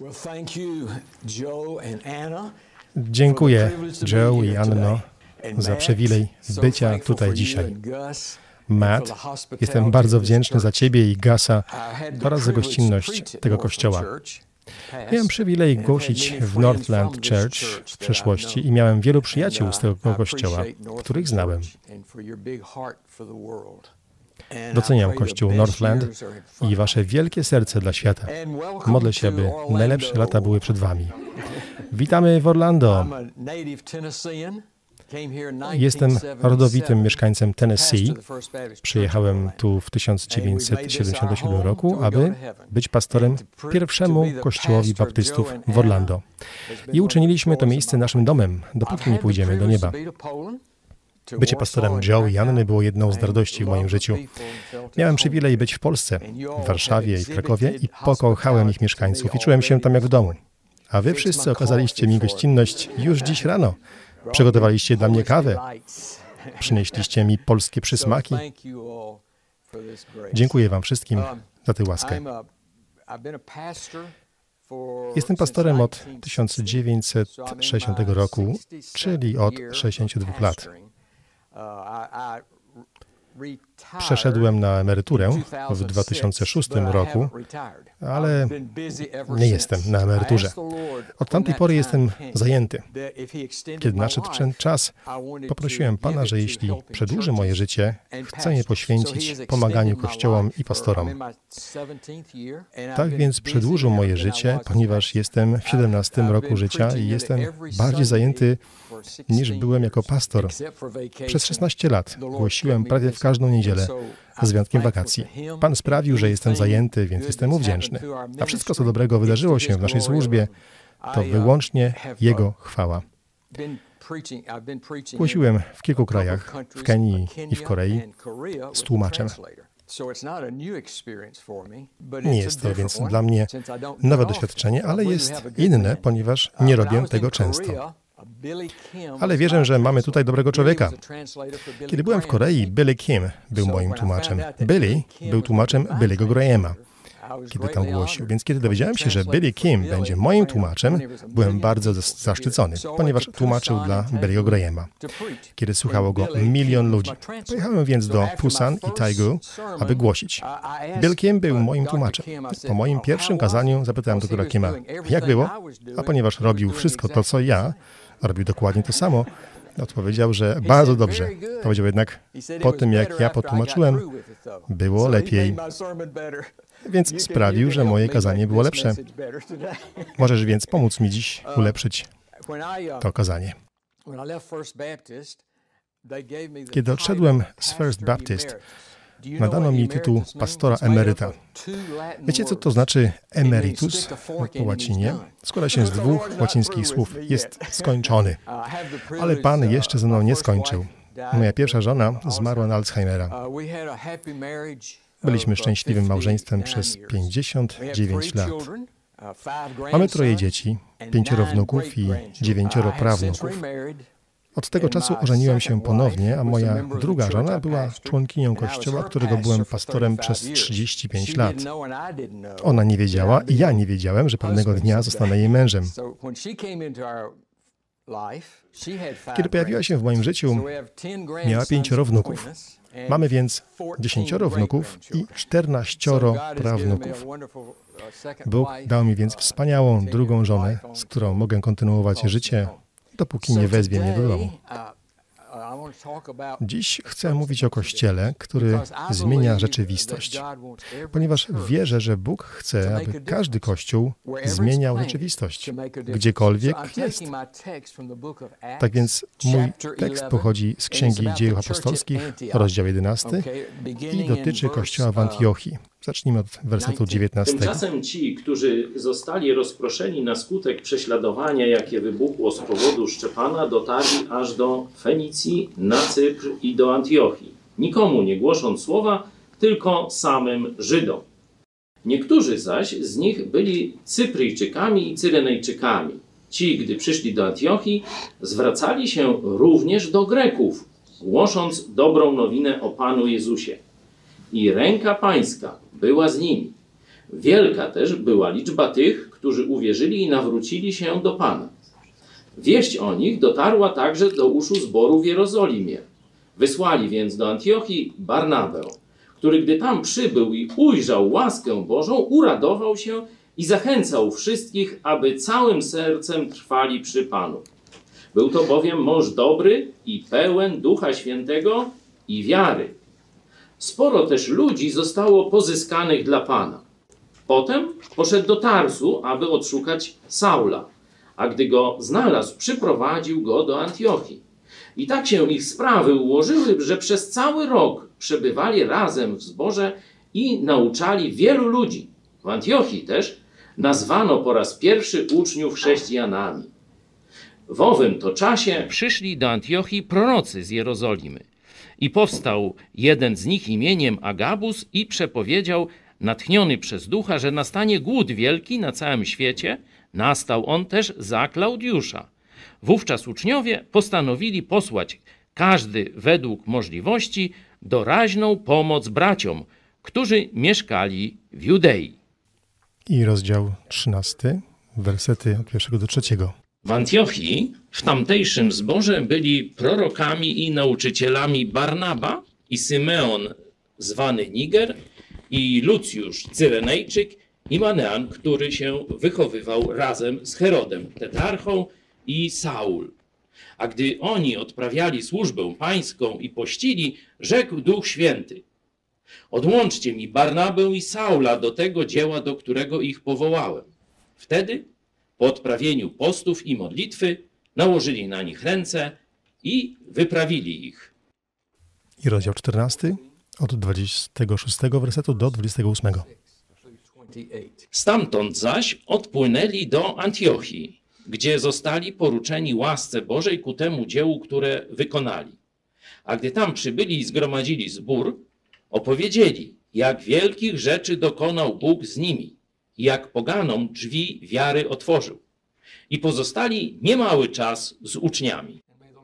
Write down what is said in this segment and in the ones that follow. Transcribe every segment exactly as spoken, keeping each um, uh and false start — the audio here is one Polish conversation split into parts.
Dziękuję Joe i Anno za przywilej bycia tutaj dzisiaj. Matt, jestem bardzo wdzięczny za Ciebie i Gusa oraz za gościnność tego kościoła. Miałem przywilej głosić w Northland Church w przeszłości i miałem wielu przyjaciół z tego kościoła, których znałem. Doceniam Kościół Northland i Wasze wielkie serce dla świata. Modlę się, aby najlepsze lata były przed Wami. Witamy w Orlando. Jestem rodowitym mieszkańcem Tennessee. Przyjechałem tu w tysiąc dziewięćset siedemdziesiątym siódmym roku, aby być pastorem pierwszemu kościołowi baptystów w Orlando. I uczyniliśmy to miejsce naszym domem, dopóki nie pójdziemy do nieba. Bycie pastorem Joe i Anny było jedną z radości w moim życiu. Miałem przywilej być w Polsce, w Warszawie i w Krakowie i pokochałem ich mieszkańców i czułem się tam jak w domu. A wy wszyscy okazaliście mi gościnność już dziś rano. Przygotowaliście dla mnie kawę. Przynieśliście mi polskie przysmaki. Dziękuję wam wszystkim za tę łaskę. Jestem pastorem od tysiąc dziewięćset sześćdziesiątego roku, czyli od sześćdziesięciu dwóch lat. Przeszedłem na emeryturę w dwa tysiące szóstym roku, ale nie jestem na emeryturze. Od tamtej pory jestem zajęty. Kiedy nadszedł ten czas, poprosiłem Pana, że jeśli przedłuży moje życie, chcę je poświęcić pomaganiu kościołom i pastorom. Tak więc przedłużył moje życie, ponieważ jestem w siedemnastym roku życia i jestem bardziej zajęty niż byłem jako pastor. Przez szesnaście lat głosiłem prawie w każdą niedzielę, z wyjątkiem wakacji. Pan sprawił, że jestem zajęty, więc jestem mu wdzięczny. A wszystko, co dobrego wydarzyło się w naszej służbie, to wyłącznie Jego chwała. Głosiłem w kilku krajach, w Kenii i w Korei, z tłumaczem. Nie jest to więc dla mnie nowe doświadczenie, ale jest inne, ponieważ nie robię tego często. Ale wierzę, że mamy tutaj dobrego człowieka. Kiedy byłem w Korei, Billy Kim był moim tłumaczem. Billy był tłumaczem Billy'ego Grahama, kiedy tam głosił. Więc kiedy dowiedziałem się, że Billy Kim będzie moim tłumaczem, byłem bardzo zaszczycony, ponieważ tłumaczył dla Billy'ego Grahama, kiedy słuchało go milion ludzi. Pojechałem więc do Busan i Taegu, aby głosić. Bill Kim był moim tłumaczem. Po moim pierwszym kazaniu zapytałem doktora Kima, jak było? A ponieważ robił wszystko to, co ja, robił dokładnie to samo, odpowiedział, że bardzo dobrze. Powiedział jednak, po tym jak ja potłumaczyłem, było lepiej. Więc sprawił, że moje kazanie było lepsze. Możesz więc pomóc mi dziś ulepszyć to kazanie. Kiedy odszedłem z First Baptist, nadano mi tytuł pastora emeryta. Wiecie, co to znaczy emeritus po łacinie? Składa się z dwóch łacińskich słów. Jest skończony. Ale Pan jeszcze ze mną nie skończył. Moja pierwsza żona zmarła na Alzheimera. Byliśmy szczęśliwym małżeństwem przez pięćdziesiąt dziewięć lat. Mamy troje dzieci, pięcioro wnuków i dziewięcioro prawnuków. Od tego czasu ożeniłem się ponownie, a moja druga żona była członkinią kościoła, którego byłem pastorem przez trzydzieści pięć lat. Ona nie wiedziała i ja nie wiedziałem, że pewnego dnia zostanę jej mężem. Kiedy pojawiła się w moim życiu, miała pięcioro wnuków. Mamy więc dziesięcioro wnuków i czternaścioro prawnuków. Bóg dał mi więc wspaniałą drugą żonę, z którą mogę kontynuować życie, dopóki nie wezwie mnie do domu. Dziś chcę mówić o Kościele, który zmienia rzeczywistość, ponieważ wierzę, że Bóg chce, aby każdy Kościół zmieniał rzeczywistość, gdziekolwiek jest. Tak więc mój tekst pochodzi z Księgi Dziejów Apostolskich, rozdział jedenasty i dotyczy Kościoła w Antiochii. Zacznijmy od wersetu dziewiętnastego. Tymczasem ci, którzy zostali rozproszeni na skutek prześladowania, jakie wybuchło z powodu Szczepana, dotarli aż do Fenicji, na Cypr i do Antiochii, nikomu nie głosząc słowa, tylko samym Żydom. Niektórzy zaś z nich byli Cypryjczykami i Cyrenejczykami. Ci, gdy przyszli do Antiochii, zwracali się również do Greków, głosząc dobrą nowinę o Panu Jezusie. I ręka Pańska była z nimi. Wielka też była liczba tych, którzy uwierzyli i nawrócili się do Pana. Wieść o nich dotarła także do uszu zboru w Jerozolimie. Wysłali więc do Antiochii Barnabę, który gdy tam przybył i ujrzał łaskę Bożą, uradował się i zachęcał wszystkich, aby całym sercem trwali przy Panu. Był to bowiem mąż dobry i pełen Ducha Świętego i wiary. Sporo też ludzi zostało pozyskanych dla Pana. Potem poszedł do Tarsu, aby odszukać Saula, a gdy go znalazł, przyprowadził go do Antiochii. I tak się ich sprawy ułożyły, że przez cały rok przebywali razem w zborze i nauczali wielu ludzi. W Antiochii też nazwano po raz pierwszy uczniów chrześcijanami. W owym to czasie przyszli do Antiochii prorocy z Jerozolimy. I powstał jeden z nich imieniem Agabus i przepowiedział, natchniony przez ducha, że nastanie głód wielki na całym świecie. Nastał on też za Klaudiusza. Wówczas uczniowie postanowili posłać każdy według możliwości doraźną pomoc braciom, którzy mieszkali w Judei. I rozdział trzynasty, wersety od pierwszego do trzeciego. W Antiochii, w tamtejszym zborze, byli prorokami i nauczycielami Barnaba i Symeon zwany Niger i Lucjusz Cyrenejczyk i Manean, który się wychowywał razem z Herodem Tetrarchą i Saul. A gdy oni odprawiali służbę pańską i pościli, rzekł Duch Święty: odłączcie mi Barnabę i Saula do tego dzieła, do którego ich powołałem. Wtedy, po odprawieniu postów i modlitwy, nałożyli na nich ręce i wyprawili ich. I rozdział czternasty, od dwudziestego szóstego wersetu do dwudziestego ósmego. Stamtąd zaś odpłynęli do Antiochii, gdzie zostali poruczeni łasce Bożej ku temu dziełu, które wykonali. A gdy tam przybyli i zgromadzili zbór, opowiedzieli, jak wielkich rzeczy dokonał Bóg z nimi, i jak poganom drzwi wiary otworzył. I pozostali niemały czas z uczniami.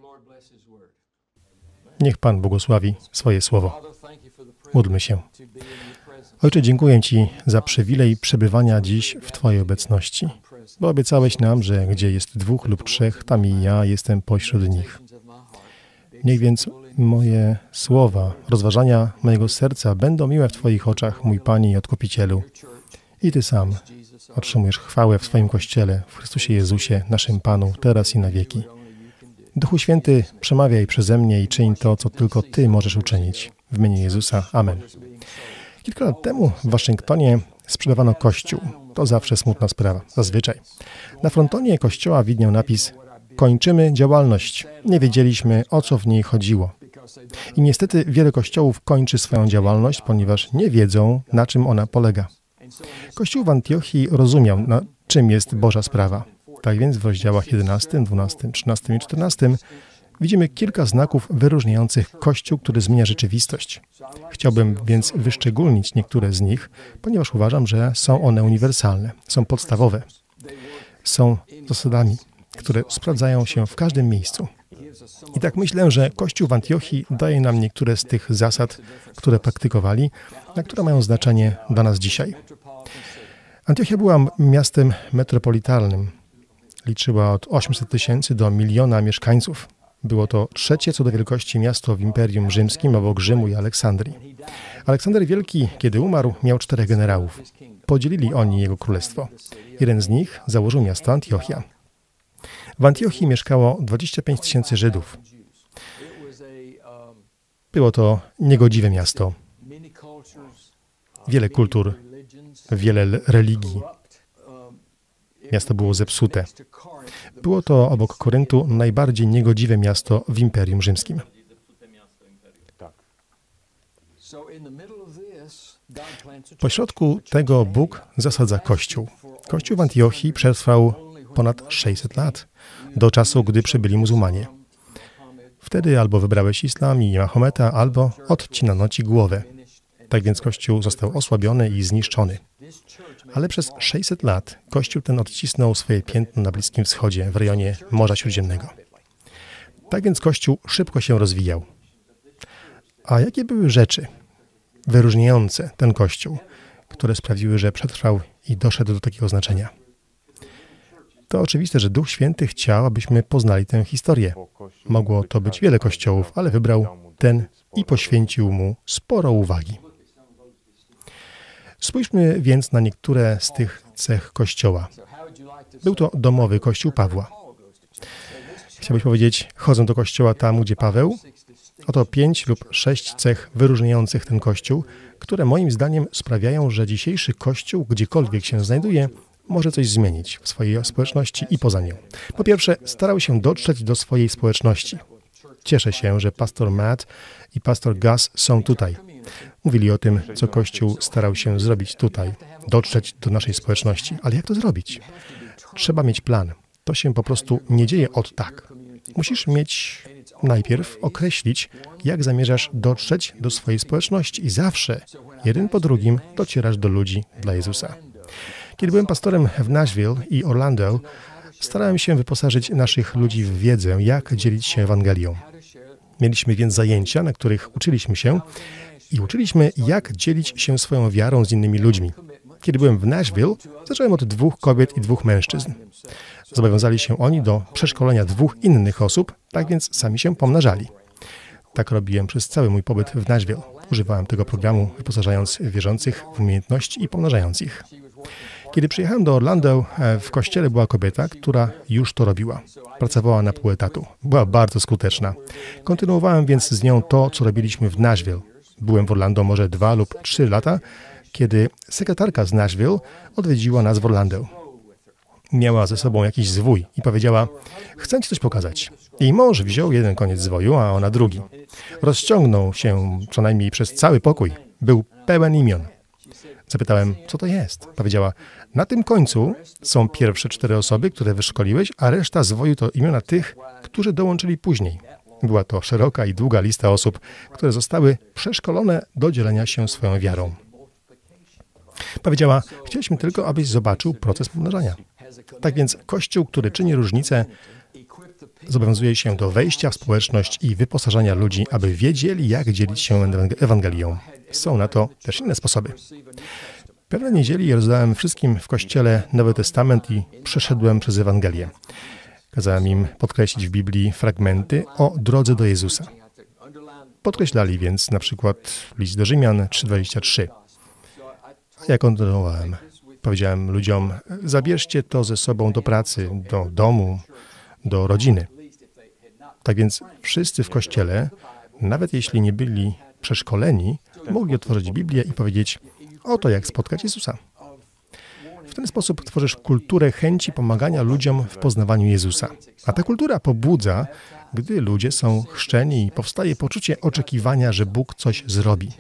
Niech Pan błogosławi swoje słowo. Módlmy się. Ojcze, dziękuję Ci za przywilej przebywania dziś w Twojej obecności, bo obiecałeś nam, że gdzie jest dwóch lub trzech, tam i ja jestem pośród nich. Niech więc moje słowa, rozważania mojego serca będą miłe w Twoich oczach, mój Panie i Odkupicielu. I Ty sam otrzymujesz chwałę w swoim Kościele, w Chrystusie Jezusie, naszym Panu, teraz i na wieki. Duchu Święty, przemawiaj przeze mnie i czyń to, co tylko Ty możesz uczynić. W imieniu Jezusa. Amen. Kilka lat temu w Waszyngtonie sprzedawano kościół. To zawsze smutna sprawa, zazwyczaj. Na frontonie kościoła widniał napis: kończymy działalność. Nie wiedzieliśmy, o co w niej chodziło. I niestety wiele kościołów kończy swoją działalność, ponieważ nie wiedzą, na czym ona polega. Kościół w Antiochii rozumiał, na czym jest Boża sprawa. Tak więc w rozdziałach jedenastym, dwunastym, trzynastym i czternastym widzimy kilka znaków wyróżniających Kościół, który zmienia rzeczywistość. Chciałbym więc wyszczególnić niektóre z nich, ponieważ uważam, że są one uniwersalne, są podstawowe. Są zasadami, które sprawdzają się w każdym miejscu. I tak myślę, że Kościół w Antiochii daje nam niektóre z tych zasad, które praktykowali, a które mają znaczenie dla nas dzisiaj. Antiochia była miastem metropolitalnym. Liczyła od osiemset tysięcy do miliona mieszkańców. Było to trzecie co do wielkości miasto w Imperium Rzymskim obok Rzymu i Aleksandrii. Aleksander Wielki, kiedy umarł, miał czterech generałów. Podzielili oni jego królestwo. Jeden z nich założył miasto Antiochia. W Antiochii mieszkało dwadzieścia pięć tysięcy Żydów. Było to niegodziwe miasto. Wiele kultur, wiele religii. Miasto było zepsute. Było to obok Koryntu najbardziej niegodziwe miasto w Imperium Rzymskim. Pośrodku tego Bóg zasadza Kościół. Kościół w Antiochii przetrwał ponad sześćset lat, do czasu, gdy przybyli muzułmanie. Wtedy albo wybrałeś islam i Mahometa, albo odcinano ci głowę. Tak więc Kościół został osłabiony i zniszczony. Ale przez sześćset lat Kościół ten odcisnął swoje piętno na Bliskim Wschodzie, w rejonie Morza Śródziemnego. Tak więc Kościół szybko się rozwijał. A jakie były rzeczy wyróżniające ten Kościół, które sprawiły, że przetrwał i doszedł do takiego znaczenia. To oczywiste, że Duch Święty chciał, abyśmy poznali tę historię. Mogło to być wiele kościołów, ale wybrał ten i poświęcił mu sporo uwagi. Spójrzmy więc na niektóre z tych cech Kościoła. Był to domowy Kościół Pawła. Chciałbyś powiedzieć, chodzę do Kościoła tam, gdzie Paweł? Oto pięć lub sześć cech wyróżniających ten Kościół, które moim zdaniem sprawiają, że dzisiejszy Kościół, gdziekolwiek się znajduje, może coś zmienić w swojej społeczności i poza nią. Po pierwsze, starał się dotrzeć do swojej społeczności. Cieszę się, że pastor Matt i pastor Gus są tutaj. Mówili o tym, co Kościół starał się zrobić tutaj, dotrzeć do naszej społeczności. Ale jak to zrobić? Trzeba mieć plan. To się po prostu nie dzieje od tak. Musisz mieć najpierw określić, jak zamierzasz dotrzeć do swojej społeczności i zawsze, jeden po drugim, docierasz do ludzi dla Jezusa. Kiedy byłem pastorem w Nashville i Orlando, starałem się wyposażyć naszych ludzi w wiedzę, jak dzielić się Ewangelią. Mieliśmy więc zajęcia, na których uczyliśmy się i uczyliśmy, jak dzielić się swoją wiarą z innymi ludźmi. Kiedy byłem w Nashville, zacząłem od dwóch kobiet i dwóch mężczyzn. Zobowiązali się oni do przeszkolenia dwóch innych osób, tak więc sami się pomnażali. Tak robiłem przez cały mój pobyt w Nashville. Używałem tego programu, wyposażając wierzących w umiejętności i pomnażając ich. Kiedy przyjechałem do Orlando, w kościele była kobieta, która już to robiła. Pracowała na pół etatu. Była bardzo skuteczna. Kontynuowałem więc z nią to, co robiliśmy w Nashville. Byłem w Orlando może dwa lub trzy lata, kiedy sekretarka z Nashville odwiedziła nas w Orlando. Miała ze sobą jakiś zwój i powiedziała: chcę ci coś pokazać. Jej mąż wziął jeden koniec zwoju, a ona drugi. Rozciągnął się co najmniej przez cały pokój. Był pełen imion. Zapytałem, co to jest? Powiedziała: na tym końcu są pierwsze cztery osoby, które wyszkoliłeś, a reszta zwoju to imiona tych, którzy dołączyli później. Była to szeroka i długa lista osób, które zostały przeszkolone do dzielenia się swoją wiarą. Powiedziała: chcieliśmy tylko, abyś zobaczył proces pomnażania. Tak więc Kościół, który czyni różnicę, zobowiązuje się do wejścia w społeczność i wyposażania ludzi, aby wiedzieli, jak dzielić się Ewangelią. Są na to też inne sposoby. Pewnej niedzieli rozdałem wszystkim w kościele Nowy Testament i przeszedłem przez Ewangelię. Kazałem im podkreślić w Biblii fragmenty o drodze do Jezusa. Podkreślali więc na przykład list do Rzymian trzy dwadzieścia trzy. A ja kontynuowałem. Powiedziałem ludziom: zabierzcie to ze sobą do pracy, do domu, do rodziny. Tak więc wszyscy w kościele, nawet jeśli nie byli przeszkoleni, mogli otworzyć Biblię i powiedzieć: oto jak spotkać Jezusa. W ten sposób tworzysz kulturę chęci pomagania ludziom w poznawaniu Jezusa. A ta kultura pobudza, gdy ludzie są chrzczeni i powstaje poczucie oczekiwania, że Bóg coś zrobi.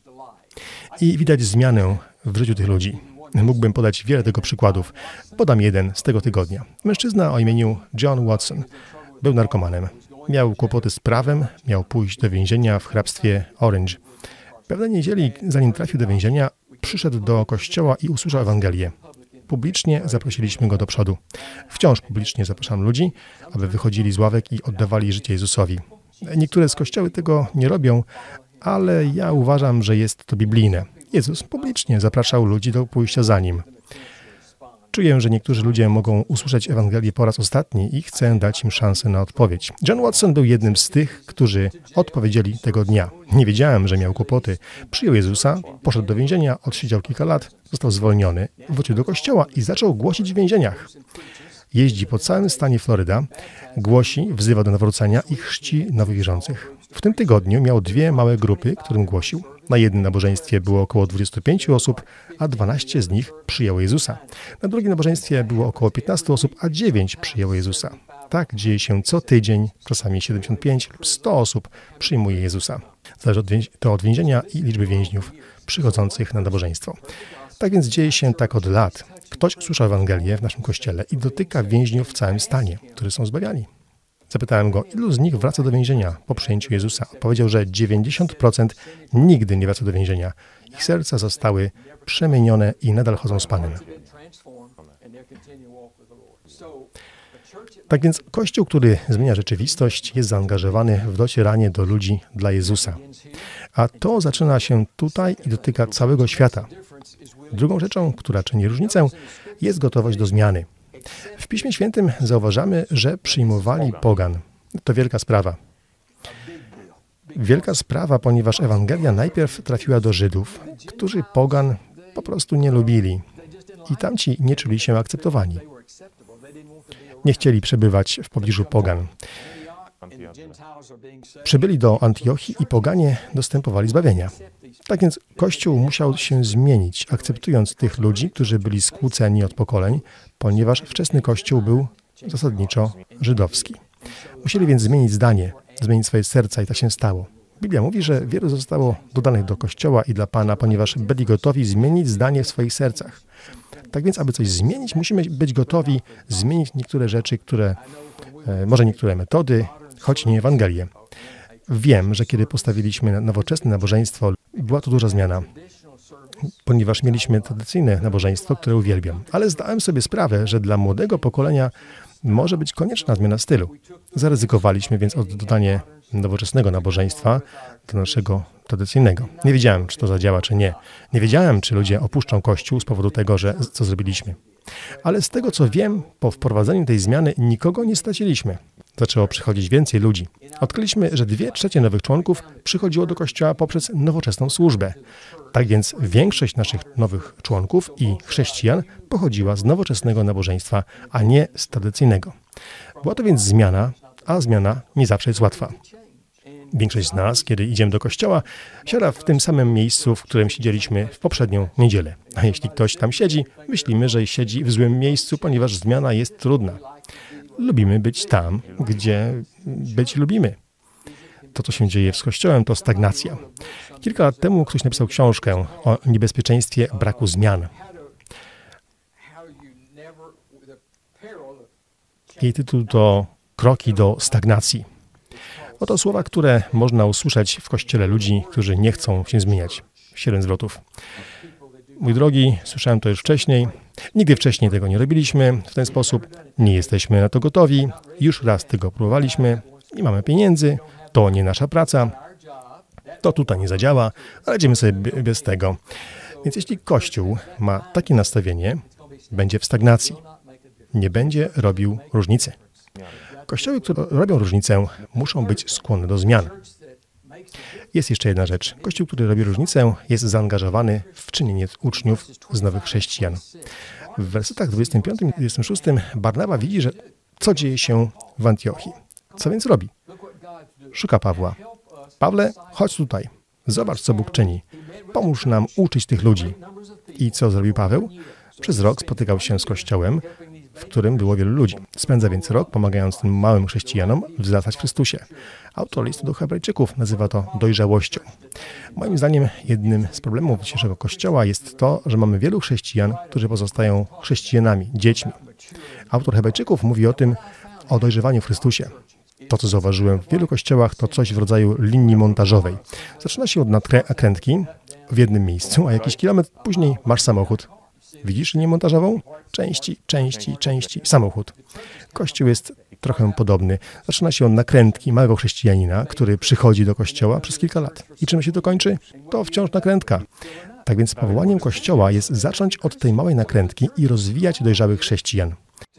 I widać zmianę w życiu tych ludzi. Mógłbym podać wiele tego przykładów. Podam jeden z tego tygodnia. Mężczyzna o imieniu John Watson był narkomanem. Miał kłopoty z prawem, miał pójść do więzienia w hrabstwie Orange. Pewnej niedzieli, zanim trafił do więzienia, przyszedł do kościoła i usłyszał Ewangelię. Publicznie zaprosiliśmy go do przodu. Wciąż publicznie zapraszam ludzi, aby wychodzili z ławek i oddawali życie Jezusowi. Niektóre z kościoły tego nie robią, ale ja uważam, że jest to biblijne. Jezus publicznie zapraszał ludzi do pójścia za Nim. Czuję, że niektórzy ludzie mogą usłyszeć Ewangelię po raz ostatni i chcę dać im szansę na odpowiedź. John Watson był jednym z tych, którzy odpowiedzieli tego dnia. Nie wiedziałem, że miał kłopoty. Przyjął Jezusa, poszedł do więzienia, odsiedział kilka lat, został zwolniony, wrócił do kościoła i zaczął głosić w więzieniach. Jeździ po całym stanie Floryda, głosi, wzywa do nawrócenia i chrzci nowych wierzących. W tym tygodniu miał dwie małe grupy, którym głosił. Na jednym nabożeństwie było około dwudziestu pięciu osób, a dwanaście z nich przyjęło Jezusa. Na drugim nabożeństwie było około piętnastu osób, a dziewięć przyjęło Jezusa. Tak dzieje się co tydzień, czasami siedemdziesiąt pięć lub sto osób przyjmuje Jezusa. Zależy to od więzienia i liczby więźniów przychodzących na nabożeństwo. Tak więc dzieje się tak od lat. Ktoś usłyszał Ewangelię w naszym kościele i dotyka więźniów w całym stanie, którzy są zbawiani. Zapytałem go, ilu z nich wraca do więzienia po przyjęciu Jezusa. Powiedział, że dziewięćdziesiąt procent nigdy nie wraca do więzienia. Ich serca zostały przemienione i nadal chodzą z Panem. Tak więc Kościół, który zmienia rzeczywistość, jest zaangażowany w docieranie do ludzi dla Jezusa. A to zaczyna się tutaj i dotyka całego świata. Drugą rzeczą, która czyni różnicę, jest gotowość do zmiany. W Piśmie Świętym zauważamy, że przyjmowali pogan. To wielka sprawa. Wielka sprawa, ponieważ Ewangelia najpierw trafiła do Żydów, którzy pogan po prostu nie lubili. I tamci nie czuli się akceptowani. Nie chcieli przebywać w pobliżu pogan. Przybyli do Antiochii i poganie dostępowali zbawienia. Tak więc Kościół musiał się zmienić, akceptując tych ludzi, którzy byli skłóceni od pokoleń, ponieważ wczesny Kościół był zasadniczo żydowski. Musieli więc zmienić zdanie, zmienić swoje serca i tak się stało. Biblia mówi, że wielu zostało dodanych do Kościoła i dla Pana, ponieważ byli gotowi zmienić zdanie w swoich sercach. Tak więc, aby coś zmienić, musimy być gotowi zmienić niektóre rzeczy, które, e, może niektóre metody, choć nie Ewangelię. Wiem, że kiedy postawiliśmy nowoczesne nabożeństwo, była to duża zmiana, ponieważ mieliśmy tradycyjne nabożeństwo, które uwielbiam. Ale zdałem sobie sprawę, że dla młodego pokolenia może być konieczna zmiana stylu. Zaryzykowaliśmy więc od dodania nowoczesnego nabożeństwa do naszego tradycyjnego. Nie wiedziałem, czy to zadziała, czy nie. Nie wiedziałem, czy ludzie opuszczą Kościół z powodu tego, że co zrobiliśmy. Ale z tego, co wiem, po wprowadzeniu tej zmiany nikogo nie straciliśmy. Zaczęło przychodzić więcej ludzi. Odkryliśmy, że dwie trzecie nowych członków przychodziło do Kościoła poprzez nowoczesną służbę. Tak więc większość naszych nowych członków i chrześcijan pochodziła z nowoczesnego nabożeństwa, a nie z tradycyjnego. Była to więc zmiana, a zmiana nie zawsze jest łatwa. Większość z nas, kiedy idziemy do kościoła, siada w tym samym miejscu, w którym siedzieliśmy w poprzednią niedzielę. A jeśli ktoś tam siedzi, myślimy, że siedzi w złym miejscu, ponieważ zmiana jest trudna. Lubimy być tam, gdzie być lubimy. To, co się dzieje z Kościołem, to stagnacja. Kilka lat temu ktoś napisał książkę o niebezpieczeństwie braku zmian. Jej tytuł to Kroki do stagnacji. Oto słowa, które można usłyszeć w Kościele ludzi, którzy nie chcą się zmieniać. Siedem zwrotów. Mój drogi, słyszałem to już wcześniej. Nigdy wcześniej tego nie robiliśmy w ten sposób. Nie jesteśmy na to gotowi. Już raz tego próbowaliśmy. Nie mamy pieniędzy. To nie nasza praca. To tutaj nie zadziała. Radzimy sobie bez tego. Więc jeśli Kościół ma takie nastawienie, będzie w stagnacji. Nie będzie robił różnicy. Kościoły, które robią różnicę, muszą być skłonne do zmian. Jest jeszcze jedna rzecz. Kościół, który robi różnicę, jest zaangażowany w czynienie uczniów z nowych chrześcijan. W wersetach dwudziestym piątym i dwudziestym szóstym Barnaba widzi, że co dzieje się w Antiochii. Co więc robi? Szuka Pawła. Pawle, chodź tutaj. Zobacz, co Bóg czyni. Pomóż nam uczyć tych ludzi. I co zrobił Paweł? Przez rok spotykał się z Kościołem, w którym było wielu ludzi. Spędza więc rok pomagając tym małym chrześcijanom wzrastać w Chrystusie. Autor listu do Hebrajczyków nazywa to dojrzałością. Moim zdaniem jednym z problemów dzisiejszego Kościoła jest to, że mamy wielu chrześcijan, którzy pozostają chrześcijanami, dziećmi. Autor Hebrajczyków mówi o tym, o dojrzewaniu w Chrystusie. To, co zauważyłem w wielu kościołach, to coś w rodzaju linii montażowej. Zaczyna się od nakrętki w jednym miejscu, a jakiś kilometr później masz samochód. Widzisz linię montażową? Części, części, części, samochód. Kościół jest trochę podobny. Zaczyna się od nakrętki małego chrześcijanina, który przychodzi do kościoła przez kilka lat. I czym się to kończy? To wciąż nakrętka. Tak więc powołaniem Kościoła jest zacząć od tej małej nakrętki i rozwijać dojrzałych chrześcijan.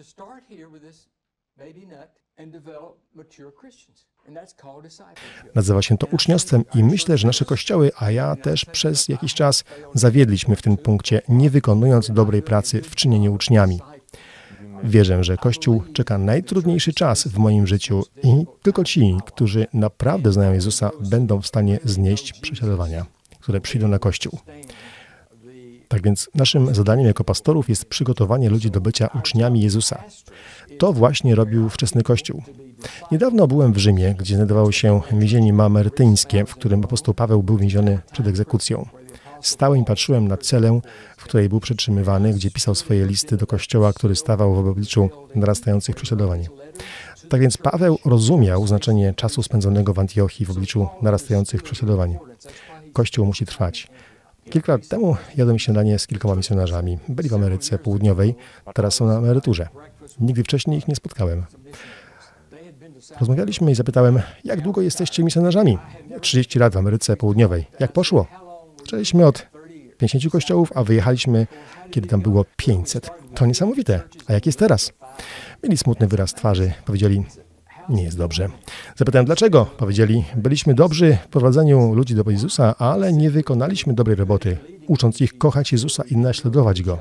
Nazywa się to uczniostwem i myślę, że nasze kościoły, a ja też przez jakiś czas zawiedliśmy w tym punkcie, nie wykonując dobrej pracy w czynieniu uczniami. Wierzę, że Kościół czeka najtrudniejszy czas w moim życiu i tylko ci, którzy naprawdę znają Jezusa, będą w stanie znieść prześladowania, które przyjdą na Kościół. Tak więc naszym zadaniem jako pastorów jest przygotowanie ludzi do bycia uczniami Jezusa. To właśnie robił wczesny Kościół. Niedawno byłem w Rzymie, gdzie znajdowało się więzienie mamertyńskie, w którym apostoł Paweł był więziony przed egzekucją. Stałem i patrzyłem na celę, w której był przetrzymywany, gdzie pisał swoje listy do Kościoła, który stawał w obliczu narastających prześladowań. Tak więc Paweł rozumiał znaczenie czasu spędzonego w Antiochii w obliczu narastających prześladowań. Kościół musi trwać. Kilka lat temu jadłem śniadanie z kilkoma misjonarzami. Byli w Ameryce Południowej, teraz są na emeryturze. Nigdy wcześniej ich nie spotkałem. Rozmawialiśmy i zapytałem, jak długo jesteście misjonarzami? trzydzieści lat w Ameryce Południowej. Jak poszło? Zaczęliśmy od pięćdziesięciu kościołów, a wyjechaliśmy, kiedy tam było pięćset. To niesamowite. A jak jest teraz? Mieli smutny wyraz twarzy. Powiedzieli, nie jest dobrze. Zapytałem, dlaczego? Powiedzieli, byliśmy dobrzy w prowadzeniu ludzi do Jezusa, ale nie wykonaliśmy dobrej roboty, ucząc ich kochać Jezusa i naśladować Go.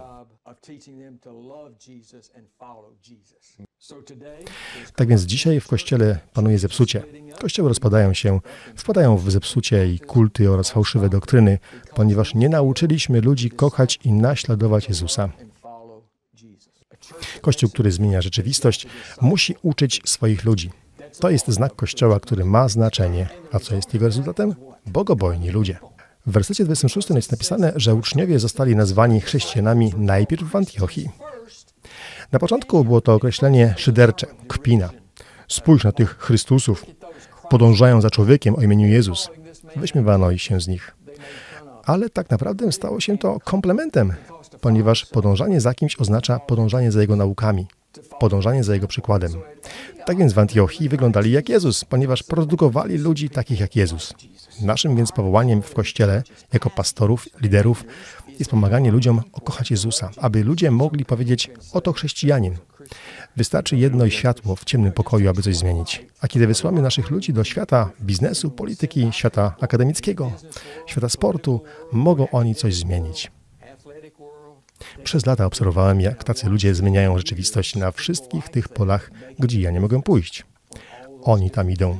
Tak więc dzisiaj w Kościele panuje zepsucie. Kościoły rozpadają się, wpadają w zepsucie i kulty oraz fałszywe doktryny, ponieważ nie nauczyliśmy ludzi kochać i naśladować Jezusa. Kościół, który zmienia rzeczywistość, musi uczyć swoich ludzi. To jest znak Kościoła, który ma znaczenie. A co jest jego rezultatem? Bogobojni ludzie. W wersecie dwudziestym szóstym jest napisane, że uczniowie zostali nazwani chrześcijanami najpierw w Antiochii. Na początku było to określenie szydercze, kpina. Spójrz na tych Chrystusów, podążają za człowiekiem o imieniu Jezus. Wyśmiewano się z nich. Ale tak naprawdę stało się to komplementem, ponieważ podążanie za kimś oznacza podążanie za jego naukami, podążanie za jego przykładem. Tak więc w Antiochii wyglądali jak Jezus, ponieważ produkowali ludzi takich jak Jezus. Naszym więc powołaniem w Kościele, jako pastorów, liderów, jest pomaganie ludziom kochać Jezusa, aby ludzie mogli powiedzieć, oto chrześcijanin. Wystarczy jedno światło w ciemnym pokoju, aby coś zmienić. A kiedy wysyłamy naszych ludzi do świata biznesu, polityki, świata akademickiego, świata sportu, mogą oni coś zmienić. Przez lata obserwowałem, jak tacy ludzie zmieniają rzeczywistość na wszystkich tych polach, gdzie ja nie mogę pójść. Oni tam idą.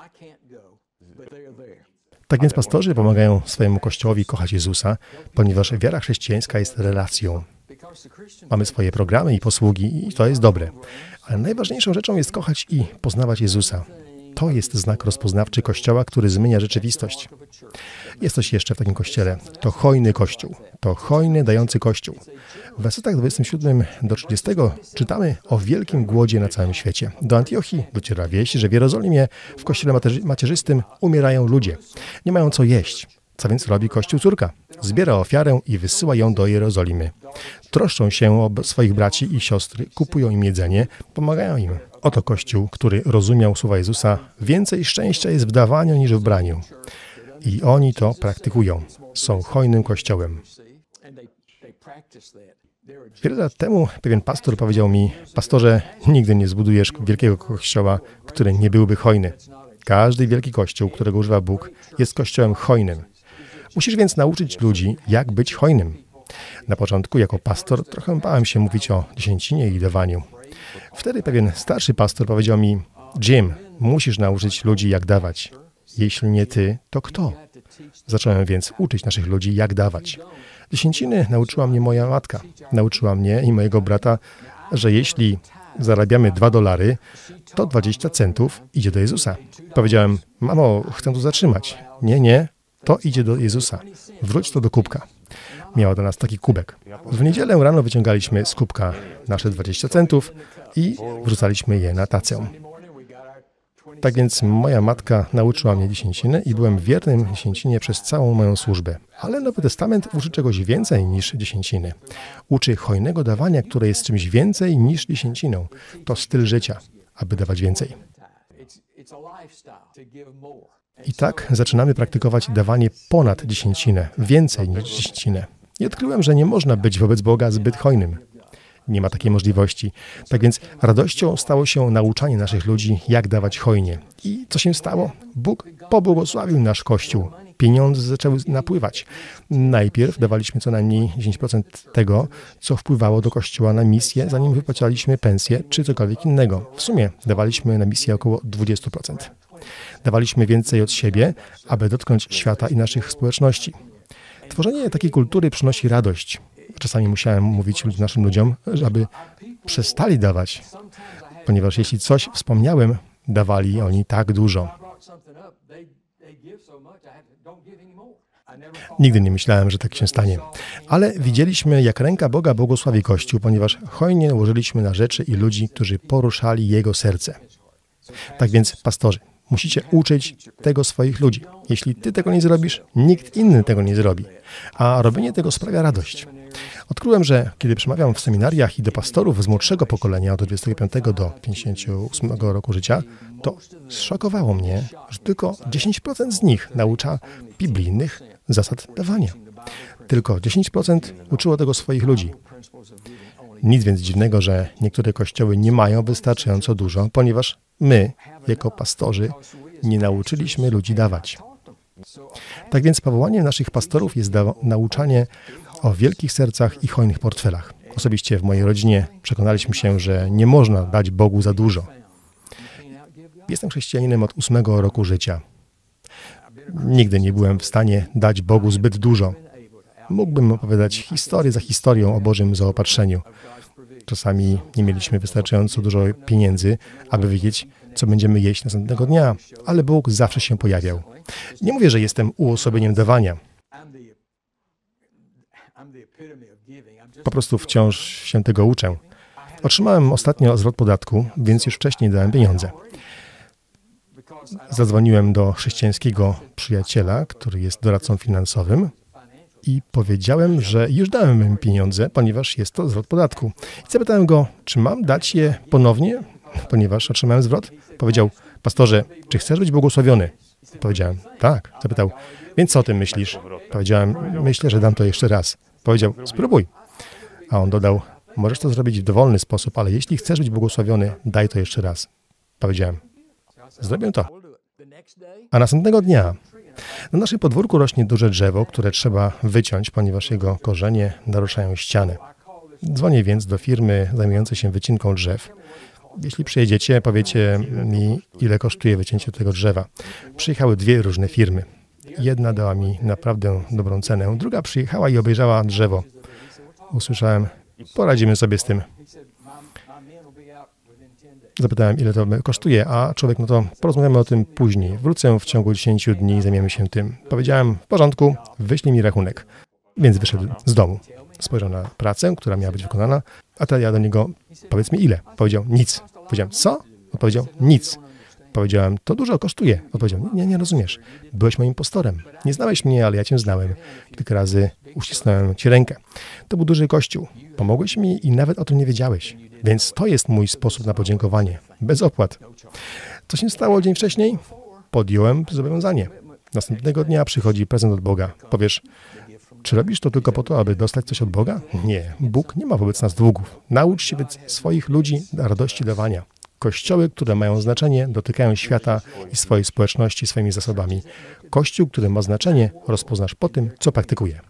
Tak więc pastorzy pomagają swojemu Kościołowi kochać Jezusa, ponieważ wiara chrześcijańska jest relacją. Mamy swoje programy i posługi i to jest dobre. Ale najważniejszą rzeczą jest kochać i poznawać Jezusa. To jest znak rozpoznawczy Kościoła, który zmienia rzeczywistość. Jest coś jeszcze w takim Kościele. To hojny Kościół. To hojny, dający Kościół. W wersetach dwudziestym siódmym do trzydziestego czytamy o wielkim głodzie na całym świecie. Do Antiochii dociera wieść, że w Jerozolimie w kościele macierzy- macierzystym umierają ludzie. Nie mają co jeść. Co więc robi Kościół córka? Zbiera ofiarę i wysyła ją do Jerozolimy. Troszczą się o swoich braci i siostry, kupują im jedzenie, pomagają im. Oto Kościół, który rozumiał słowa Jezusa, więcej szczęścia jest w dawaniu niż w braniu. I oni to praktykują. Są hojnym Kościołem. Wiele lat temu pewien pastor powiedział mi, pastorze, nigdy nie zbudujesz wielkiego kościoła, który nie byłby hojny. Każdy wielki kościół, którego używa Bóg, jest kościołem hojnym. Musisz więc nauczyć ludzi, jak być hojnym. Na początku, jako pastor, trochę bałem się mówić o dziesięcinie i dawaniu. Wtedy pewien starszy pastor powiedział mi, Jim, musisz nauczyć ludzi, jak dawać. Jeśli nie ty, to kto? Zacząłem więc uczyć naszych ludzi, jak dawać. Dziesięciny nauczyła mnie moja matka. Nauczyła mnie i mojego brata, że jeśli zarabiamy dwa dolary, to dwadzieścia centów idzie do Jezusa. Powiedziałem, mamo, chcę tu zatrzymać. Nie, nie, to idzie do Jezusa. Wróć to do kubka. Miała do nas taki kubek. W niedzielę rano wyciągaliśmy z kubka nasze dwadzieścia centów i wrzucaliśmy je na tacę. Tak więc moja matka nauczyła mnie dziesięciny i byłem wiernym dziesięcinie przez całą moją służbę. Ale Nowy Testament uczy czegoś więcej niż dziesięciny. Uczy hojnego dawania, które jest czymś więcej niż dziesięciną. To styl życia, aby dawać więcej. I tak zaczynamy praktykować dawanie ponad dziesięcinę, więcej niż dziesięcinę. I odkryłem, że nie można być wobec Boga zbyt hojnym. Nie ma takiej możliwości. Tak więc radością stało się nauczanie naszych ludzi, jak dawać hojnie. I co się stało? Bóg pobłogosławił nasz Kościół. Pieniądze zaczęły napływać. Najpierw dawaliśmy co najmniej dziesięć procent tego, co wpływało do Kościoła na misję, zanim wypłacaliśmy pensję czy cokolwiek innego. W sumie dawaliśmy na misję około dwadzieścia procent. Dawaliśmy więcej od siebie, aby dotknąć świata i naszych społeczności. Tworzenie takiej kultury przynosi radość. Czasami musiałem mówić naszym ludziom, aby przestali dawać, ponieważ jeśli coś wspomniałem, dawali oni tak dużo. Nigdy nie myślałem, że tak się stanie. Ale widzieliśmy, jak ręka Boga błogosławi Kościół, ponieważ hojnie łożyliśmy na rzeczy i ludzi, którzy poruszali Jego serce. Tak więc, pastorzy, musicie uczyć tego swoich ludzi. Jeśli ty tego nie zrobisz, nikt inny tego nie zrobi. A robienie tego sprawia radość. Odkryłem, że kiedy przemawiam w seminariach i do pastorów z młodszego pokolenia od dwudziestego piątego do pięćdziesiątego ósmego roku życia, to zszokowało mnie, że tylko dziesięć procent z nich naucza biblijnych zasad dawania. Tylko dziesięć procent uczyło tego swoich ludzi. Nic więc dziwnego, że niektóre kościoły nie mają wystarczająco dużo, ponieważ my, jako pastorzy, nie nauczyliśmy ludzi dawać. Tak więc powołaniem naszych pastorów jest nauczanie o wielkich sercach i hojnych portfelach. Osobiście w mojej rodzinie przekonaliśmy się, że nie można dać Bogu za dużo. Jestem chrześcijaninem od ósmego roku życia. Nigdy nie byłem w stanie dać Bogu zbyt dużo. Mógłbym opowiadać historię za historią o Bożym zaopatrzeniu. Czasami nie mieliśmy wystarczająco dużo pieniędzy, aby wiedzieć, co będziemy jeść następnego dnia, ale Bóg zawsze się pojawiał. Nie mówię, że jestem uosobieniem dawania. Po prostu wciąż się tego uczę. Otrzymałem ostatnio zwrot podatku, więc już wcześniej dałem pieniądze. Zadzwoniłem do chrześcijańskiego przyjaciela, który jest doradcą finansowym i powiedziałem, że już dałem im pieniądze, ponieważ jest to zwrot podatku. I zapytałem go, czy mam dać je ponownie, ponieważ otrzymałem zwrot. Powiedział, pastorze, czy chcesz być błogosławiony? Powiedziałem, tak. Zapytał, więc co o tym myślisz? Powiedziałem, myślę, że dam to jeszcze raz. Powiedział, spróbuj. A on dodał, możesz to zrobić w dowolny sposób, ale jeśli chcesz być błogosławiony, daj to jeszcze raz. Powiedziałem, zrobię to. A następnego dnia na naszym podwórku rośnie duże drzewo, które trzeba wyciąć, ponieważ jego korzenie naruszają ścianę. Dzwonię więc do firmy zajmującej się wycinką drzew. Jeśli przyjedziecie, powiecie mi, ile kosztuje wycięcie tego drzewa. Przyjechały dwie różne firmy. Jedna dała mi naprawdę dobrą cenę, druga przyjechała i obejrzała drzewo. Usłyszałem, poradzimy sobie z tym. Zapytałem, ile to kosztuje, a człowiek, no to porozmawiamy o tym później. Wrócę w ciągu dziesięciu dni i zajmiemy się tym. Powiedziałem, w porządku, wyślij mi rachunek. Więc wyszedł z domu. Spojrzał na pracę, która miała być wykonana, a teraz ja do niego, powiedz mi ile? Powiedział, nic. Powiedziałem, co? Odpowiedział, nic. Powiedziałem, to dużo kosztuje. Odpowiedział, nie, nie rozumiesz. Byłeś moim pastorem. Nie znałeś mnie, ale ja cię znałem. Kilka razy uścisnąłem ci rękę. To był duży kościół. Pomogłeś mi i nawet o tym nie wiedziałeś. Więc to jest mój sposób na podziękowanie. Bez opłat. Co się stało dzień wcześniej? Podjąłem zobowiązanie. Następnego dnia przychodzi prezent od Boga. Powiesz, czy robisz to tylko po to, aby dostać coś od Boga? Nie. Bóg nie ma wobec nas długów. Naucz się więc swoich ludzi radości dawania. Kościoły, które mają znaczenie, dotykają świata i swojej społeczności swoimi zasobami. Kościół, który ma znaczenie, rozpoznasz po tym, co praktykuje.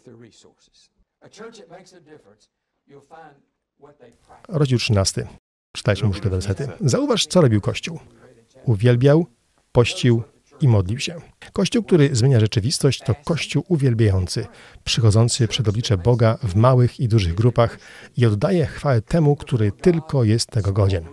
Rozdział trzynasty. Czytajmy już te wersety. Zauważ, co robił Kościół. Uwielbiał, pościł i modlił się. Kościół, który zmienia rzeczywistość, to Kościół uwielbiający, przychodzący przed oblicze Boga w małych i dużych grupach i oddaje chwałę temu, który tylko jest tego godzien.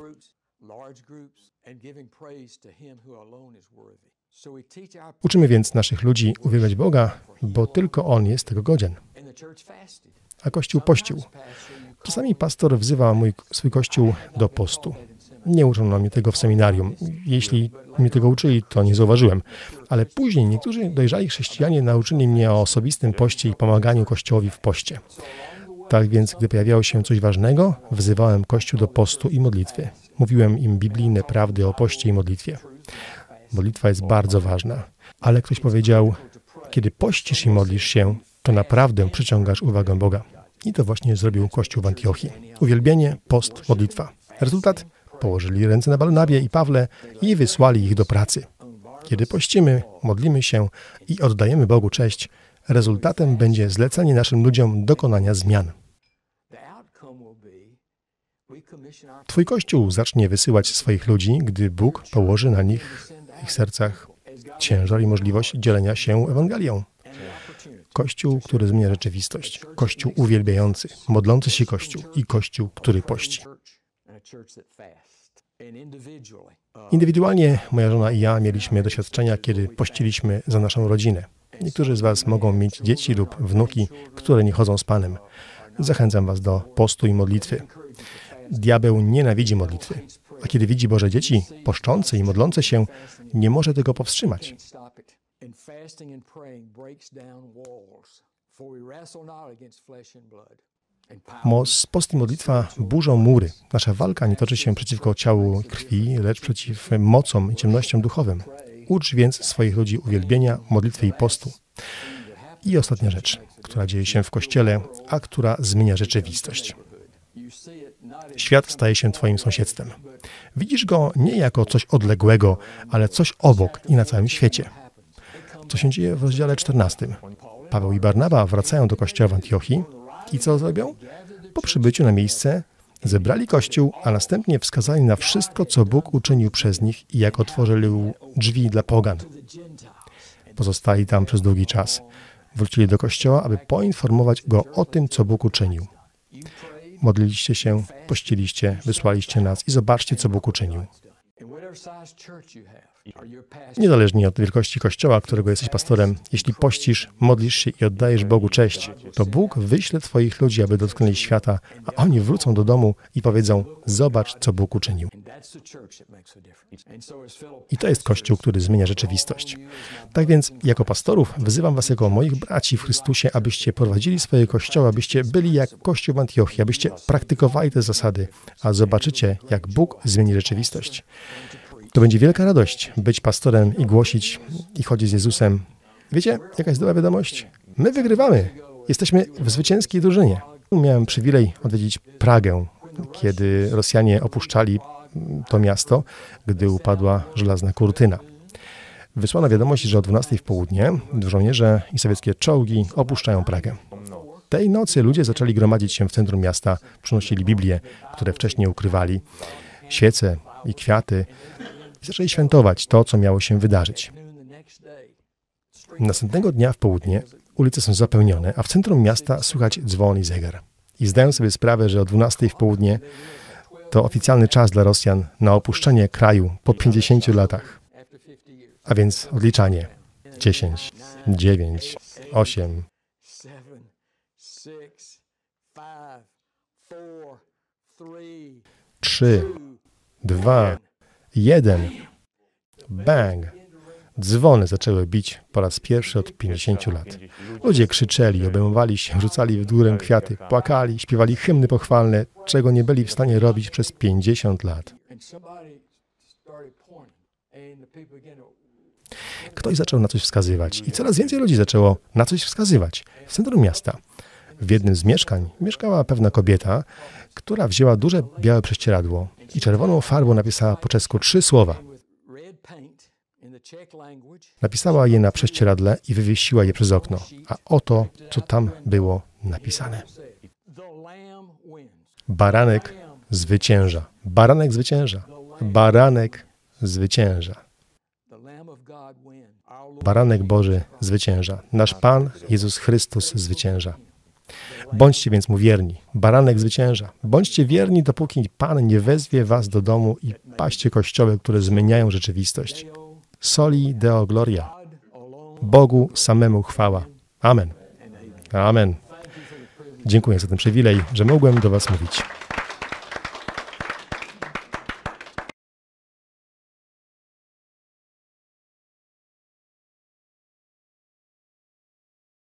Uczymy więc naszych ludzi uwielbiać Boga, bo tylko On jest tego godzien. A Kościół pościł. Czasami pastor wzywa mój, swój Kościół do postu. Nie uczono mnie tego w seminarium. Jeśli mnie tego uczyli, to nie zauważyłem. Ale później niektórzy dojrzali chrześcijanie nauczyli mnie o osobistym poście i pomaganiu Kościołowi w poście. Tak więc, gdy pojawiało się coś ważnego, wzywałem Kościół do postu i modlitwy. Mówiłem im biblijne prawdy o poście i modlitwie. Modlitwa jest bardzo ważna. Ale ktoś powiedział, kiedy pościsz i modlisz się, to naprawdę przyciągasz uwagę Boga. I to właśnie zrobił Kościół w Antiochii. Uwielbienie, post, modlitwa. Rezultat? Położyli ręce na Barnabie i Pawle i wysłali ich do pracy. Kiedy pościmy, modlimy się i oddajemy Bogu cześć, rezultatem będzie zlecenie naszym ludziom dokonania zmian. Twój Kościół zacznie wysyłać swoich ludzi, gdy Bóg położy na nich, w ich sercach ciężar i możliwość dzielenia się Ewangelią. Kościół, który zmienia rzeczywistość. Kościół uwielbiający, modlący się Kościół i Kościół, który pości. Indywidualnie moja żona i ja mieliśmy doświadczenia, kiedy pościliśmy za naszą rodzinę. Niektórzy z Was mogą mieć dzieci lub wnuki, które nie chodzą z Panem. Zachęcam Was do postu i modlitwy. Diabeł nienawidzi modlitwy, a kiedy widzi Boże dzieci poszczące i modlące się, nie może tego powstrzymać. Moc, post i modlitwa burzą mury. Nasza walka nie toczy się przeciwko ciału i krwi, lecz przeciw mocom i ciemnościom duchowym. Ucz więc swoich ludzi uwielbienia, modlitwy i postu. I ostatnia rzecz, która dzieje się w Kościele, a która zmienia rzeczywistość. Świat staje się twoim sąsiedztwem. Widzisz go nie jako coś odległego, ale coś obok i na całym świecie. Co się dzieje w rozdziale czternastym? Paweł i Barnaba wracają do kościoła w Antiochii i co zrobią? Po przybyciu na miejsce zebrali kościół, a następnie wskazali na wszystko, co Bóg uczynił przez nich i jak otworzył drzwi dla pogan. Pozostali tam przez długi czas. Wrócili do kościoła, aby poinformować go o tym, co Bóg uczynił. Modliliście się, pościliście, wysłaliście nas i zobaczcie, co Bóg uczynił. Niezależnie od wielkości kościoła, którego jesteś pastorem, jeśli pościsz, modlisz się i oddajesz Bogu cześć, to Bóg wyśle twoich ludzi, aby dotknęli świata, a oni wrócą do domu i powiedzą: zobacz, co Bóg uczynił. I to jest Kościół, który zmienia rzeczywistość. Tak więc, jako pastorów, wzywam was jako moich braci w Chrystusie, abyście prowadzili swoje kościoły, abyście byli jak Kościół w Antiochii, abyście praktykowali te zasady, a zobaczycie, jak Bóg zmieni rzeczywistość. To będzie wielka radość być pastorem i głosić i chodzić z Jezusem. Wiecie, jaka jest dobra wiadomość? My wygrywamy. Jesteśmy w zwycięskiej drużynie. Miałem przywilej odwiedzić Pragę, kiedy Rosjanie opuszczali to miasto, gdy upadła żelazna kurtyna. Wysłano wiadomość, że o dwunastej w południe żołnierze i sowieckie czołgi opuszczają Pragę. Tej nocy ludzie zaczęli gromadzić się w centrum miasta, przynosili Biblię, które wcześniej ukrywali, świece i kwiaty i zaczęli świętować to, co miało się wydarzyć. Następnego dnia w południe ulice są zapełnione, a w centrum miasta słychać dzwon i zegar. I zdają sobie sprawę, że o dwunastej w południe to oficjalny czas dla Rosjan na opuszczenie kraju po pięćdziesięciu latach. A więc odliczanie. dziesięć, dziewięć, osiem, trzy, dwa, jeden. Bang! Dzwony zaczęły bić po raz pierwszy od pięćdziesięciu lat. Ludzie krzyczeli, obejmowali się, rzucali w górę kwiaty, płakali, śpiewali hymny pochwalne, czego nie byli w stanie robić przez pięćdziesiąt lat. Ktoś zaczął na coś wskazywać i coraz więcej ludzi zaczęło na coś wskazywać. W centrum miasta, w jednym z mieszkań, mieszkała pewna kobieta, która wzięła duże białe prześcieradło i czerwoną farbą napisała po czesku trzy słowa. Napisała je na prześcieradle i wywiesiła je przez okno. A oto, co tam było napisane. Baranek zwycięża. Baranek zwycięża. Baranek zwycięża. Baranek Boży zwycięża. Nasz Pan Jezus Chrystus zwycięża. Bądźcie więc mu wierni. Baranek zwycięża. Bądźcie wierni, dopóki Pan nie wezwie was do domu i paście kościoły, które zmieniają rzeczywistość. Soli Deo Gloria. Bogu samemu chwała. Amen. Amen. Dziękuję za ten przywilej, że mogłem do was mówić.